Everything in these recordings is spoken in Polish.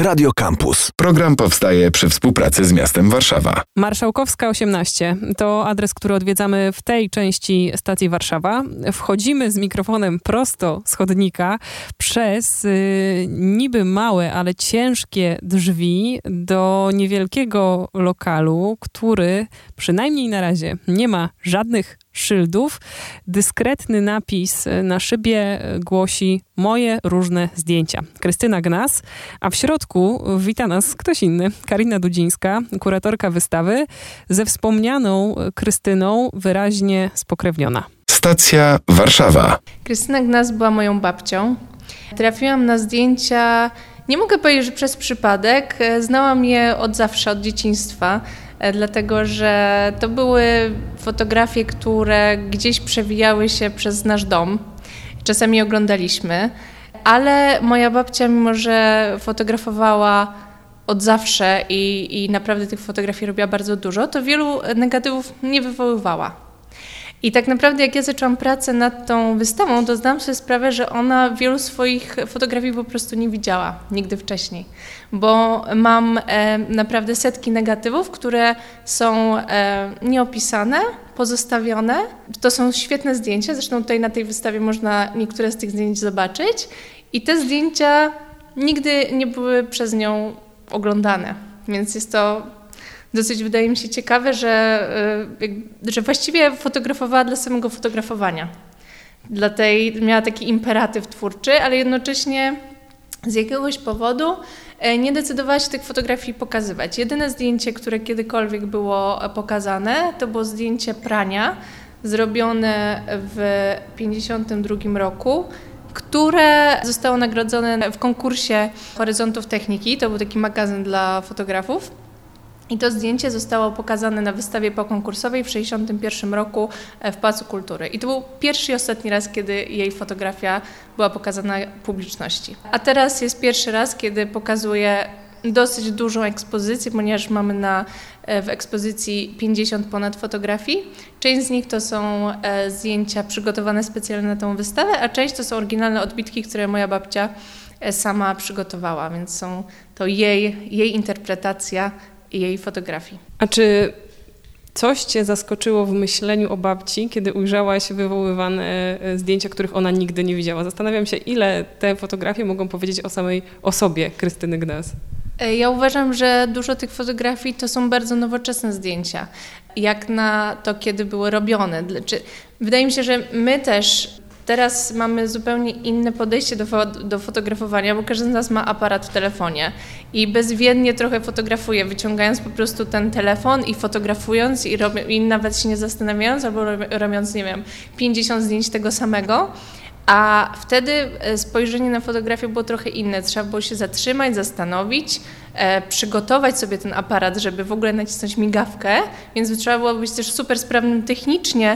Radio Campus. Program powstaje przy współpracy z miastem Warszawa. Marszałkowska 18 to adres, który odwiedzamy w tej części stacji Warszawa. Wchodzimy z mikrofonem prosto z chodnika przez niby małe, ale ciężkie drzwi do niewielkiego lokalu, który przynajmniej na razie nie ma żadnych szyldów. Dyskretny napis na szybie głosi moje różne zdjęcia. Krystyna Gnas, a w środku wita nas ktoś inny. Karina Dudzińska, kuratorka wystawy, ze wspomnianą Krystyną wyraźnie spokrewniona. Stacja Warszawa. Krystyna Gnas była moją babcią. Trafiłam na zdjęcia, nie mogę powiedzieć, że przez przypadek. Znałam je od zawsze, od dzieciństwa. Dlatego, że to były fotografie, które gdzieś przewijały się przez nasz dom. Czasami oglądaliśmy, ale moja babcia, mimo że fotografowała od zawsze i naprawdę tych fotografii robiła bardzo dużo, to wielu negatywów nie wywoływała. I tak naprawdę jak ja zaczęłam pracę nad tą wystawą, to zdałam sobie sprawę, że ona wielu swoich fotografii po prostu nie widziała nigdy wcześniej. Bo mam naprawdę setki negatywów, które są nieopisane, pozostawione. To są świetne zdjęcia, zresztą tutaj na tej wystawie można niektóre z tych zdjęć zobaczyć. I te zdjęcia nigdy nie były przez nią oglądane, więc jest to dosyć, wydaje mi się, ciekawe, że właściwie fotografowała dla samego fotografowania. Miała taki imperatyw twórczy, ale jednocześnie z jakiegoś powodu nie decydowała się tych fotografii pokazywać. Jedyne zdjęcie, które kiedykolwiek było pokazane, to było zdjęcie prania zrobione w 1952 roku, które zostało nagrodzone w konkursie Horyzontów Techniki. To był taki magazyn dla fotografów. I to zdjęcie zostało pokazane na wystawie pokonkursowej w 1961 roku w Pałacu Kultury. I to był pierwszy i ostatni raz, kiedy jej fotografia była pokazana publiczności. A teraz jest pierwszy raz, kiedy pokazuje dosyć dużą ekspozycję, ponieważ mamy w ekspozycji 50 ponad fotografii. Część z nich to są zdjęcia przygotowane specjalnie na tą wystawę, a część to są oryginalne odbitki, które moja babcia sama przygotowała, więc są to jej interpretacja i jej fotografii. A czy coś Cię zaskoczyło w myśleniu o babci, kiedy ujrzałaś wywoływane zdjęcia, których ona nigdy nie widziała? Zastanawiam się, ile te fotografie mogą powiedzieć o samej osobie Krystyny Gnas. Ja uważam, że dużo tych fotografii to są bardzo nowoczesne zdjęcia, jak na to, kiedy były robione. Wydaje mi się, że my też teraz mamy zupełnie inne podejście do fotografowania, bo każdy z nas ma aparat w telefonie i bezwiednie trochę fotografuje, wyciągając po prostu ten telefon i fotografując i nawet się nie zastanawiając, albo robiąc, 50 zdjęć tego samego. A wtedy spojrzenie na fotografię było trochę inne. Trzeba było się zatrzymać, zastanowić, przygotować sobie ten aparat, żeby w ogóle nacisnąć migawkę, więc trzeba było być też super sprawnym technicznie,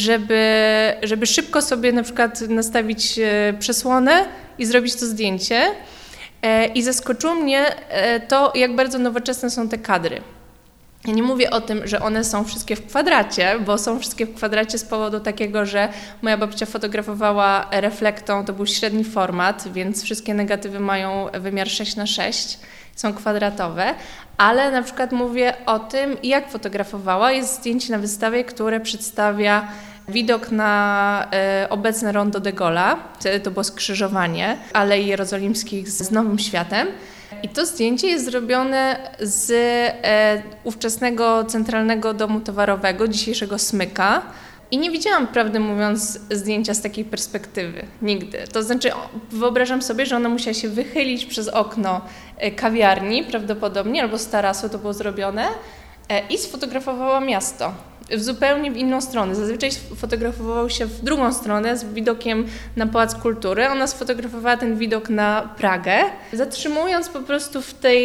żeby szybko sobie na przykład nastawić przesłonę i zrobić to zdjęcie. I zaskoczyło mnie to, jak bardzo nowoczesne są te kadry. Ja nie mówię o tym, że one są wszystkie w kwadracie, bo są wszystkie w kwadracie z powodu takiego, że moja babcia fotografowała reflektą, to był średni format, więc wszystkie negatywy mają wymiar 6:6, są kwadratowe, ale na przykład mówię o tym, jak fotografowała. Jest zdjęcie na wystawie, które przedstawia widok na obecne rondo de Gaulle'a, wtedy to było skrzyżowanie Alei Jerozolimskich z Nowym Światem. I to zdjęcie jest zrobione z ówczesnego Centralnego Domu Towarowego, dzisiejszego Smyka. I nie widziałam, prawdę mówiąc, zdjęcia z takiej perspektywy. Nigdy. To znaczy wyobrażam sobie, że ona musiała się wychylić przez okno kawiarni prawdopodobnie, albo z tarasu to było zrobione i sfotografowała miasto. Zupełnie w inną stronę. Zazwyczaj fotografował się w drugą stronę z widokiem na Pałac Kultury. Ona sfotografowała ten widok na Pragę, zatrzymując po prostu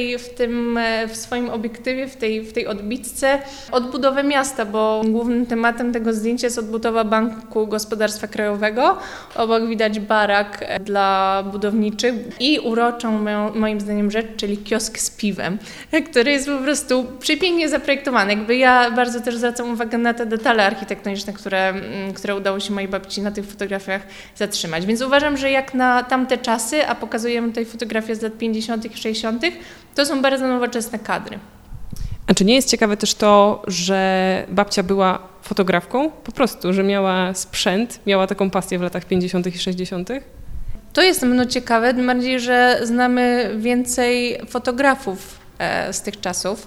w swoim obiektywie, w tej odbitce odbudowę miasta, bo głównym tematem tego zdjęcia jest odbudowa Banku Gospodarstwa Krajowego. Obok widać barak dla budowniczych i uroczą moim zdaniem rzecz, czyli kiosk z piwem, który jest po prostu przepięknie zaprojektowany. Ja bardzo też zwracam uwagę uwagę na te detale architektoniczne, które udało się mojej babci na tych fotografiach zatrzymać. Więc uważam, że jak na tamte czasy, a pokazujemy tutaj fotografie z lat 50. i 60., to są bardzo nowoczesne kadry. A czy nie jest ciekawe też to, że babcia była fotografką? Po prostu, że miała sprzęt, miała taką pasję w latach 50. i 60.? To jest na pewno ciekawe, tym bardziej, że znamy więcej fotografów z tych czasów.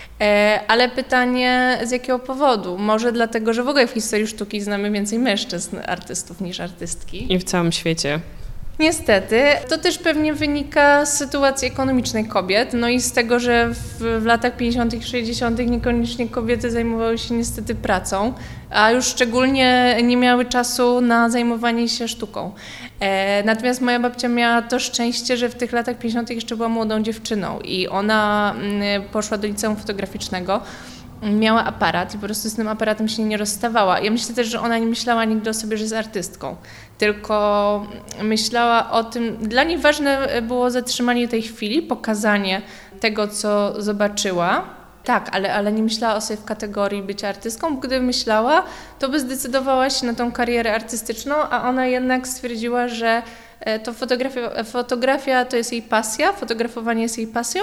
Ale pytanie, z jakiego powodu? Może dlatego, że w ogóle w historii sztuki znamy więcej mężczyzn artystów niż artystki. I w całym świecie. Niestety. To też pewnie wynika z sytuacji ekonomicznej kobiet, no i z tego, że w latach 50. i 60. niekoniecznie kobiety zajmowały się niestety pracą, a już szczególnie nie miały czasu na zajmowanie się sztuką. Natomiast moja babcia miała to szczęście, że w tych latach 50. jeszcze była młodą dziewczyną i ona poszła do liceum fotograficznego. Miała aparat i po prostu z tym aparatem się nie rozstawała. Ja myślę też, że ona nie myślała nigdy o sobie, że jest artystką, tylko myślała o tym, dla niej ważne było zatrzymanie tej chwili, pokazanie tego, co zobaczyła. Tak, ale nie myślała o sobie w kategorii bycia artystką, bo gdyby myślała, to by zdecydowała się na tą karierę artystyczną, a ona jednak stwierdziła, że to fotografia to jest jej pasja, fotografowanie jest jej pasją,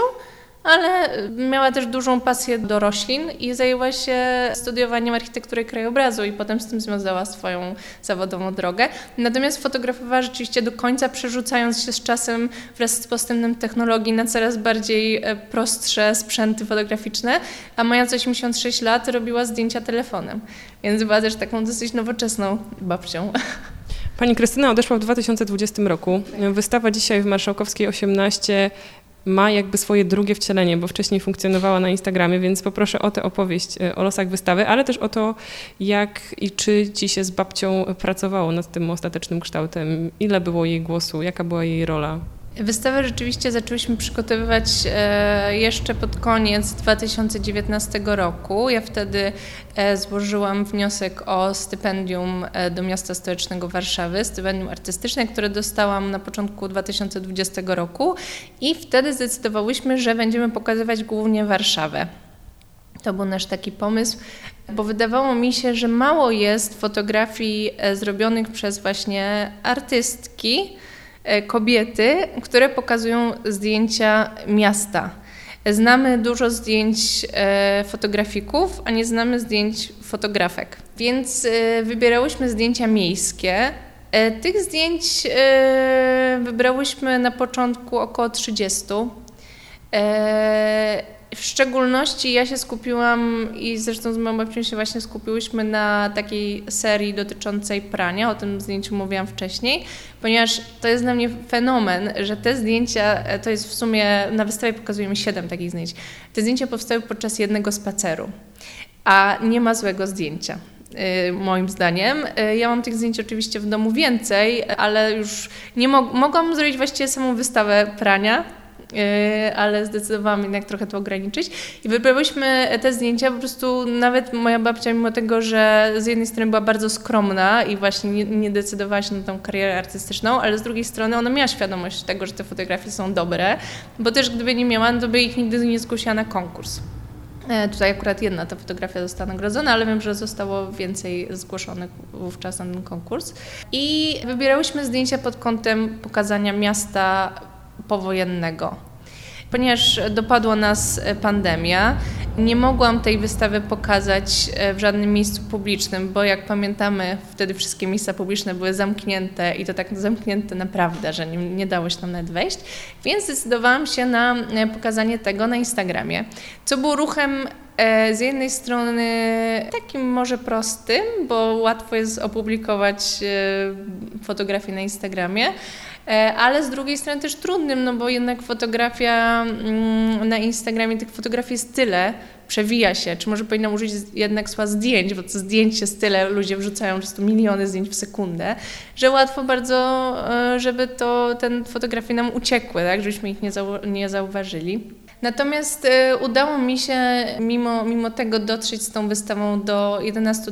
ale miała też dużą pasję do roślin i zajęła się studiowaniem architektury krajobrazu i potem z tym związała swoją zawodową drogę. Natomiast fotografowała rzeczywiście do końca, przerzucając się z czasem wraz z postępem technologii na coraz bardziej prostsze sprzęty fotograficzne, a mając 86 lat robiła zdjęcia telefonem, więc była też taką dosyć nowoczesną babcią. Pani Krystyna odeszła w 2020 roku. Wystawa dzisiaj w Marszałkowskiej 18 ma jakby swoje drugie wcielenie, bo wcześniej funkcjonowała na Instagramie, więc poproszę o tę opowieść o losach wystawy, ale też o to, jak i czy ci się z babcią pracowało nad tym ostatecznym kształtem, ile było jej głosu, jaka była jej rola. Wystawę rzeczywiście zaczęłyśmy przygotowywać jeszcze pod koniec 2019 roku. Ja wtedy złożyłam wniosek o stypendium do Miasta Stołecznego Warszawy, stypendium artystyczne, które dostałam na początku 2020 roku i wtedy zdecydowałyśmy, że będziemy pokazywać głównie Warszawę. To był nasz taki pomysł, bo wydawało mi się, że mało jest fotografii zrobionych przez właśnie artystki, kobiety, które pokazują zdjęcia miasta. Znamy dużo zdjęć fotografików, a nie znamy zdjęć fotografek. Więc wybierałyśmy zdjęcia miejskie. Tych zdjęć wybrałyśmy na początku około 30. W szczególności ja się skupiłam i zresztą z moją babcią się właśnie skupiłyśmy na takiej serii dotyczącej prania, o tym zdjęciu mówiłam wcześniej, ponieważ to jest dla mnie fenomen, że te zdjęcia, to jest w sumie, na wystawie pokazujemy 7 takich zdjęć, te zdjęcia powstały podczas jednego spaceru, a nie ma złego zdjęcia. Moim zdaniem. Ja mam tych zdjęć oczywiście w domu więcej, ale już nie mogłam zrobić właściwie samą wystawę prania, ale zdecydowałam jednak trochę to ograniczyć i wybrałyśmy te zdjęcia, po prostu nawet moja babcia, mimo tego, że z jednej strony była bardzo skromna i właśnie nie decydowała się na tą karierę artystyczną, ale z drugiej strony ona miała świadomość tego, że te fotografie są dobre, bo też gdyby nie miała, to by ich nigdy nie zgłosiła na konkurs. Tutaj akurat jedna ta fotografia została nagrodzona, ale wiem, że zostało więcej zgłoszonych wówczas na ten konkurs. I wybierałyśmy zdjęcia pod kątem pokazania miasta powojennego. Ponieważ dopadła nas pandemia, nie mogłam tej wystawy pokazać w żadnym miejscu publicznym, bo jak pamiętamy, wtedy wszystkie miejsca publiczne były zamknięte i to tak zamknięte naprawdę, że nie dało się tam nawet wejść, więc zdecydowałam się na pokazanie tego na Instagramie, co było ruchem z jednej strony takim może prostym, bo łatwo jest opublikować fotografię na Instagramie, ale z drugiej strony też trudnym, no bo jednak fotografia na Instagramie, tych fotografii jest tyle, przewija się, czy może powinnam użyć jednak słowa zdjęć, bo to zdjęć jest tyle, ludzie wrzucają po prostu miliony zdjęć w sekundę, że łatwo bardzo, żeby te fotografie nam uciekły, tak, żebyśmy ich nie zauważyli. Natomiast udało mi się mimo tego dotrzeć z tą wystawą do 11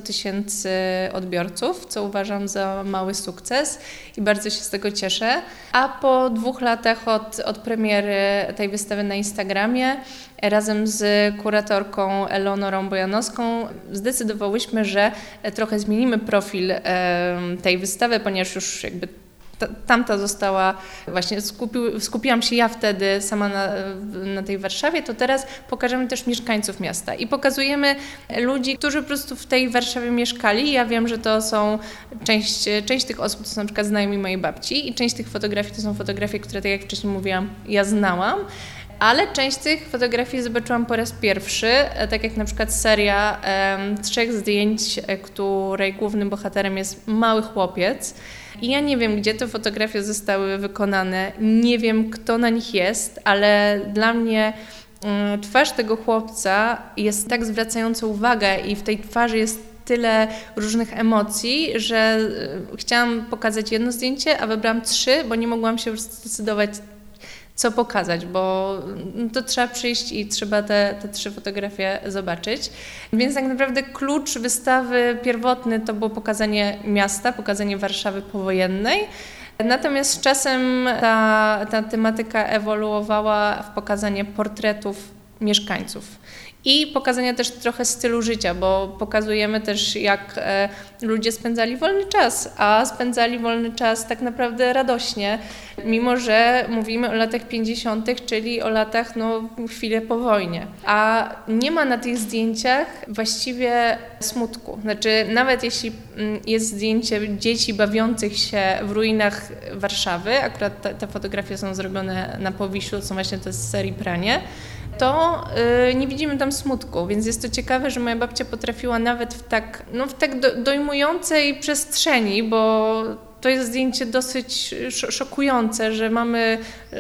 000 odbiorców, co uważam za mały sukces i bardzo się z tego cieszę. A po 2 latach od premiery tej wystawy na Instagramie razem z kuratorką Eleonorą Bojanowską zdecydowałyśmy, że trochę zmienimy profil tej wystawy, ponieważ już jakby tamta została, właśnie skupiłam się ja wtedy sama na tej Warszawie, to teraz pokażemy też mieszkańców miasta i pokazujemy ludzi, którzy po prostu w tej Warszawie mieszkali. Ja wiem, że to są część tych osób, to są na przykład znajomi mojej babci i część tych fotografii to są fotografie, które, tak jak wcześniej mówiłam, ja znałam. Ale część tych fotografii zobaczyłam po raz pierwszy, tak jak na przykład seria 3 zdjęć, której głównym bohaterem jest mały chłopiec. I ja nie wiem, gdzie te fotografie zostały wykonane, nie wiem, kto na nich jest, ale dla mnie twarz tego chłopca jest tak zwracająca uwagę i w tej twarzy jest tyle różnych emocji, że chciałam pokazać jedno zdjęcie, a wybrałam 3, bo nie mogłam się już zdecydować, co pokazać, bo to trzeba przyjść i trzeba te 3 fotografie zobaczyć. Więc tak naprawdę klucz wystawy pierwotny to było pokazanie miasta, pokazanie Warszawy powojennej. Natomiast z czasem ta tematyka ewoluowała w pokazanie portretów mieszkańców. I pokazania też trochę stylu życia, bo pokazujemy też, jak ludzie spędzali wolny czas, a spędzali wolny czas tak naprawdę radośnie, mimo że mówimy o latach 50., czyli o latach chwilę po wojnie. A nie ma na tych zdjęciach właściwie smutku. Znaczy, nawet jeśli jest zdjęcie dzieci bawiących się w ruinach Warszawy, akurat te fotografie są zrobione na Powiślu, są właśnie to z serii Pranie, to nie widzimy tam smutku, więc jest to ciekawe, że moja babcia potrafiła nawet w tak dojmującej przestrzeni, bo to jest zdjęcie dosyć szokujące, że mamy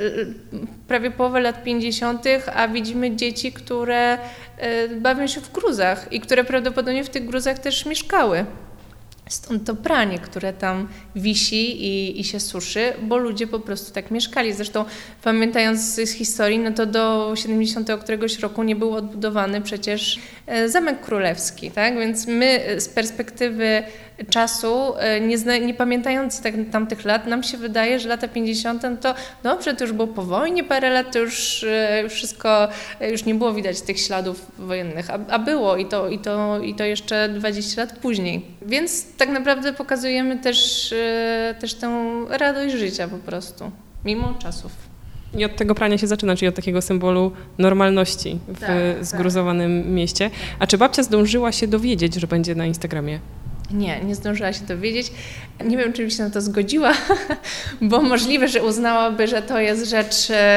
prawie połowę lat 50., a widzimy dzieci, które bawią się w gruzach i które prawdopodobnie w tych gruzach też mieszkały. Stąd to pranie, które tam wisi i się suszy, bo ludzie po prostu tak mieszkali. Zresztą pamiętając z historii, to do 70 któregoś roku nie był odbudowany przecież Zamek Królewski, tak? Więc my z perspektywy czasu, nie pamiętając tamtych lat, nam się wydaje, że lata 50. to dobrze, to już było po wojnie parę lat, to już wszystko, już nie było widać tych śladów wojennych, a było i to jeszcze 20 lat później. Więc tak naprawdę pokazujemy też tę radość życia po prostu, mimo czasów. I od tego prania się zaczyna, czyli od takiego symbolu normalności w zgruzowanym mieście. A czy babcia zdążyła się dowiedzieć, że będzie na Instagramie? Nie zdążyła się dowiedzieć. Nie wiem, czy by się na to zgodziła, bo możliwe, że uznałaby, że to jest rzecz,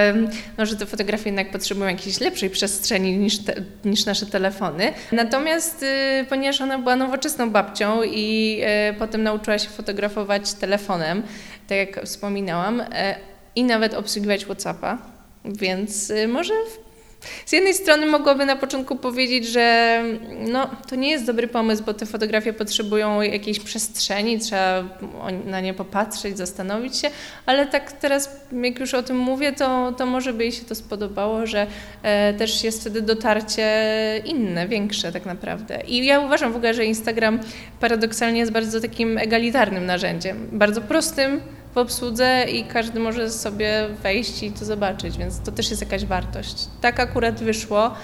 że te fotografie jednak potrzebują jakiejś lepszej przestrzeni niż nasze telefony. Natomiast ponieważ ona była nowoczesną babcią i potem nauczyła się fotografować telefonem, tak jak wspominałam, i nawet obsługiwać WhatsAppa, więc może z jednej strony mogłaby na początku powiedzieć, że to nie jest dobry pomysł, bo te fotografie potrzebują jakiejś przestrzeni, trzeba na nie popatrzeć, zastanowić się, ale tak teraz, jak już o tym mówię, to może by jej się to spodobało, że też jest wtedy dotarcie inne, większe tak naprawdę. I ja uważam w ogóle, że Instagram paradoksalnie jest bardzo takim egalitarnym narzędziem, bardzo prostym w obsłudze i każdy może sobie wejść i to zobaczyć, więc to też jest jakaś wartość. Tak akurat wyszło,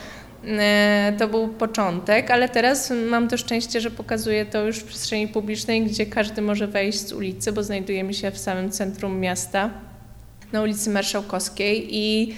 to był początek, ale teraz mam to szczęście, że pokazuję to już w przestrzeni publicznej, gdzie każdy może wejść z ulicy, bo znajdujemy się w samym centrum miasta, na ulicy Marszałkowskiej i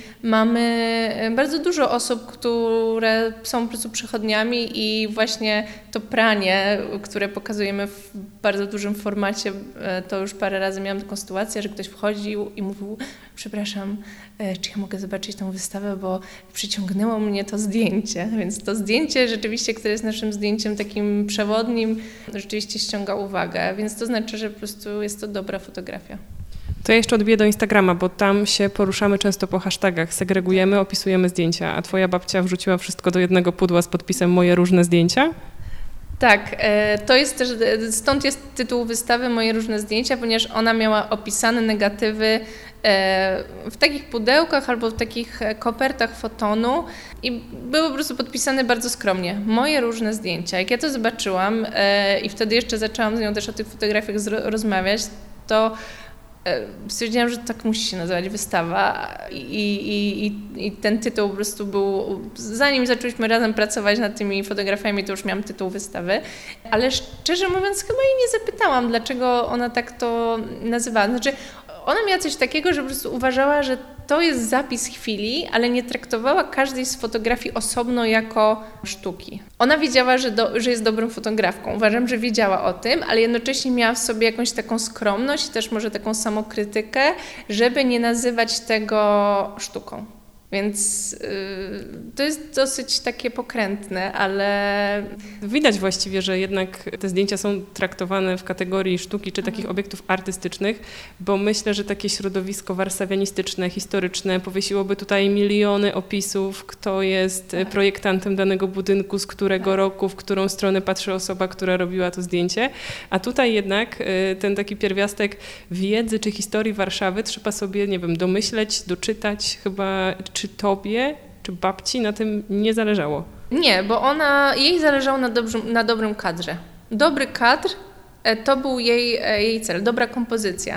mamy bardzo dużo osób, które są po prostu przechodniami i właśnie to pranie, które pokazujemy w bardzo dużym formacie, to już parę razy miałam taką sytuację, że ktoś wchodził i mówił: przepraszam, czy ja mogę zobaczyć tą wystawę, bo przyciągnęło mnie to zdjęcie. Więc to zdjęcie rzeczywiście, które jest naszym zdjęciem takim przewodnim, rzeczywiście ściąga uwagę, więc to znaczy, że po prostu jest to dobra fotografia. To ja jeszcze odbiję do Instagrama, bo tam się poruszamy często po hashtagach, segregujemy, opisujemy zdjęcia, a twoja babcia wrzuciła wszystko do jednego pudła z podpisem Moje różne zdjęcia? Tak, to jest też, stąd jest tytuł wystawy Moje różne zdjęcia, ponieważ ona miała opisane negatywy w takich pudełkach albo w takich kopertach fotonu i były po prostu podpisane bardzo skromnie. Moje różne zdjęcia. Jak ja to zobaczyłam i wtedy jeszcze zaczęłam z nią też o tych fotografiach rozmawiać, to stwierdziłam, że tak musi się nazywać wystawa i ten tytuł po prostu był, zanim zaczęliśmy razem pracować nad tymi fotografiami, to już miałam tytuł wystawy, ale szczerze mówiąc chyba jej nie zapytałam, dlaczego ona tak to nazywała. Znaczy, ona miała coś takiego, że po prostu uważała, że to jest zapis chwili, ale nie traktowała każdej z fotografii osobno jako sztuki. Ona wiedziała, że jest dobrą fotografką. Uważam, że wiedziała o tym, ale jednocześnie miała w sobie jakąś taką skromność, też może taką samokrytykę, żeby nie nazywać tego sztuką. Więc to jest dosyć takie pokrętne, ale... Widać właściwie, że jednak te zdjęcia są traktowane w kategorii sztuki czy takich obiektów artystycznych, bo myślę, że takie środowisko warszawianistyczne, historyczne powiesiłoby tutaj miliony opisów, kto jest projektantem danego budynku, z którego roku, w którą stronę patrzy osoba, która robiła to zdjęcie. A tutaj jednak ten taki pierwiastek wiedzy czy historii Warszawy trzeba sobie, nie wiem, domyśleć, doczytać chyba... Czy tobie, czy babci na tym nie zależało? Nie, bo jej zależało na dobrym kadrze. Dobry kadr to był jej cel, dobra kompozycja.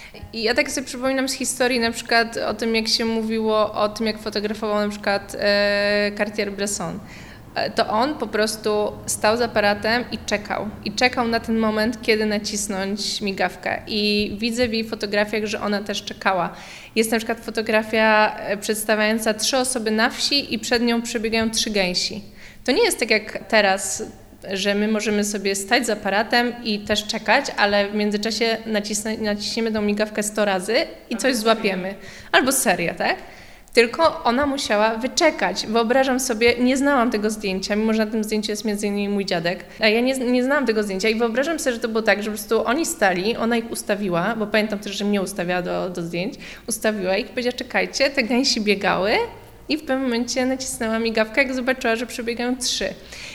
I ja tak sobie przypominam z historii na przykład o tym, jak się mówiło o tym, jak fotografował na przykład Cartier-Bresson. To on po prostu stał z aparatem i czekał. I czekał na ten moment, kiedy nacisnąć migawkę. I widzę w jej fotografiach, że ona też czekała. Jest na przykład fotografia przedstawiająca 3 osoby na wsi i przed nią przebiegają 3 gęsi. To nie jest tak jak teraz, że my możemy sobie stać z aparatem i też czekać, ale w międzyczasie naciśniemy tą migawkę 100 razy i coś złapiemy. Albo seria, tak? Tylko ona musiała wyczekać. Wyobrażam sobie, nie znałam tego zdjęcia, mimo że na tym zdjęciu jest m.in. mój dziadek, a ja nie znałam tego zdjęcia i wyobrażam sobie, że to było tak, że po prostu oni stali, ona ich ustawiła, bo pamiętam też, że mnie ustawiała do zdjęć, ustawiła ich i powiedziała, czekajcie, te gęsi biegały i w pewnym momencie nacisnęła migawkę, jak zobaczyła, że przebiegają 3.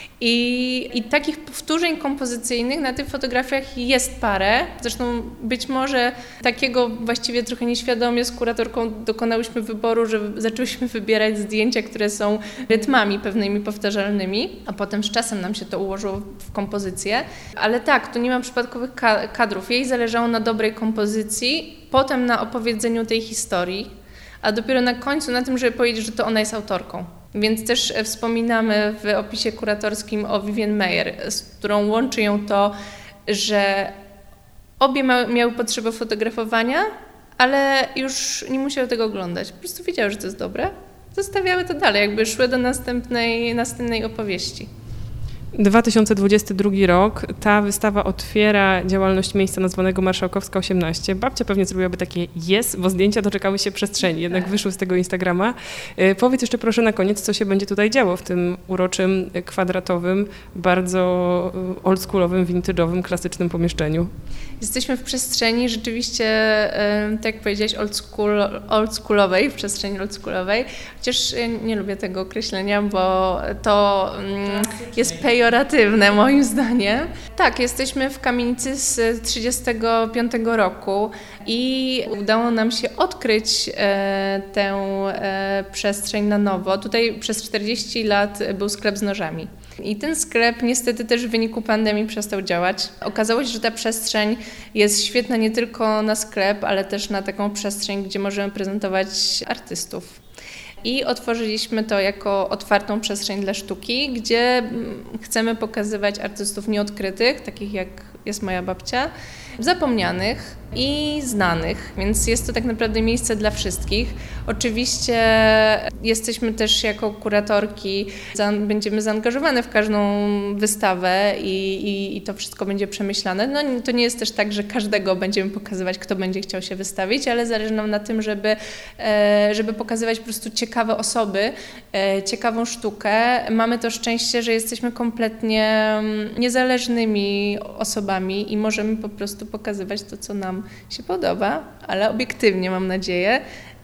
I takich powtórzeń kompozycyjnych na tych fotografiach jest parę. Zresztą być może takiego właściwie trochę nieświadomie z kuratorką dokonałyśmy wyboru, że zaczęłyśmy wybierać zdjęcia, które są rytmami pewnymi powtarzalnymi, a potem z czasem nam się to ułożyło w kompozycję. Ale tak, tu nie ma przypadkowych kadrów. Jej zależało na dobrej kompozycji, potem na opowiedzeniu tej historii, a dopiero na końcu na tym, żeby powiedzieć, że to ona jest autorką. Więc też wspominamy w opisie kuratorskim o Vivienne Meyer, z którą łączy ją to, że obie miały potrzebę fotografowania, ale już nie musiały tego oglądać. Po prostu wiedziały, że to jest dobre, zostawiały to dalej, jakby szły do następnej opowieści. 2022 rok. Ta wystawa otwiera działalność miejsca nazwanego Marszałkowska 18. Babcia pewnie zrobiłaby takie yes, bo zdjęcia doczekały się przestrzeni, jednak wyszły z tego Instagrama. Powiedz jeszcze proszę na koniec, co się będzie tutaj działo w tym uroczym, kwadratowym, bardzo oldschoolowym, vintage'owym, klasycznym pomieszczeniu. Jesteśmy w przestrzeni rzeczywiście, tak jak powiedziałeś, oldschoolowej, w przestrzeni oldschoolowej. Chociaż nie lubię tego określenia, bo to jest pejoratywne moim zdaniem. Tak, jesteśmy w kamienicy z 1935 roku i udało nam się odkryć tę przestrzeń na nowo. Tutaj przez 40 lat był sklep z nożami. I ten sklep niestety też w wyniku pandemii przestał działać. Okazało się, że ta przestrzeń jest świetna nie tylko na sklep, ale też na taką przestrzeń, gdzie możemy prezentować artystów. I otworzyliśmy to jako otwartą przestrzeń dla sztuki, gdzie chcemy pokazywać artystów nieodkrytych, takich jak jest moja babcia, zapomnianych i znanych, więc jest to tak naprawdę miejsce dla wszystkich. Oczywiście jesteśmy też jako kuratorki, będziemy zaangażowane w każdą wystawę i to wszystko będzie przemyślane. No to nie jest też tak, że każdego będziemy pokazywać, kto będzie chciał się wystawić, ale zależy nam na tym, żeby pokazywać po prostu ciekawe osoby, ciekawą sztukę. Mamy to szczęście, że jesteśmy kompletnie niezależnymi osobami i możemy po prostu pokazywać to, co nam się podoba, ale obiektywnie mam nadzieję.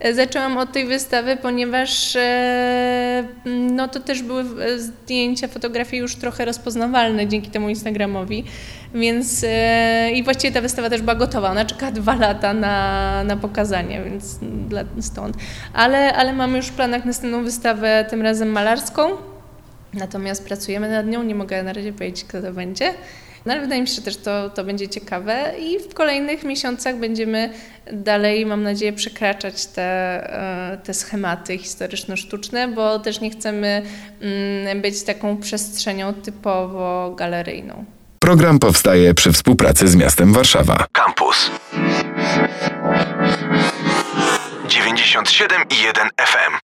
zaczęłam od tej wystawy, ponieważ no to też były zdjęcia, fotografie już trochę rozpoznawalne dzięki temu Instagramowi, więc i właściwie ta wystawa też była gotowa. Ona czeka 2 lata na pokazanie, więc stąd. Ale mamy już w planach następną wystawę, tym razem malarską. Natomiast pracujemy nad nią, nie mogę na razie powiedzieć, kto to będzie. No ale wydaje mi się, że też to będzie ciekawe i w kolejnych miesiącach będziemy dalej, mam nadzieję, przekraczać te schematy historyczno-sztuczne, bo też nie chcemy być taką przestrzenią typowo galeryjną. Program powstaje przy współpracy z miastem Warszawa. Campus 97,1 FM.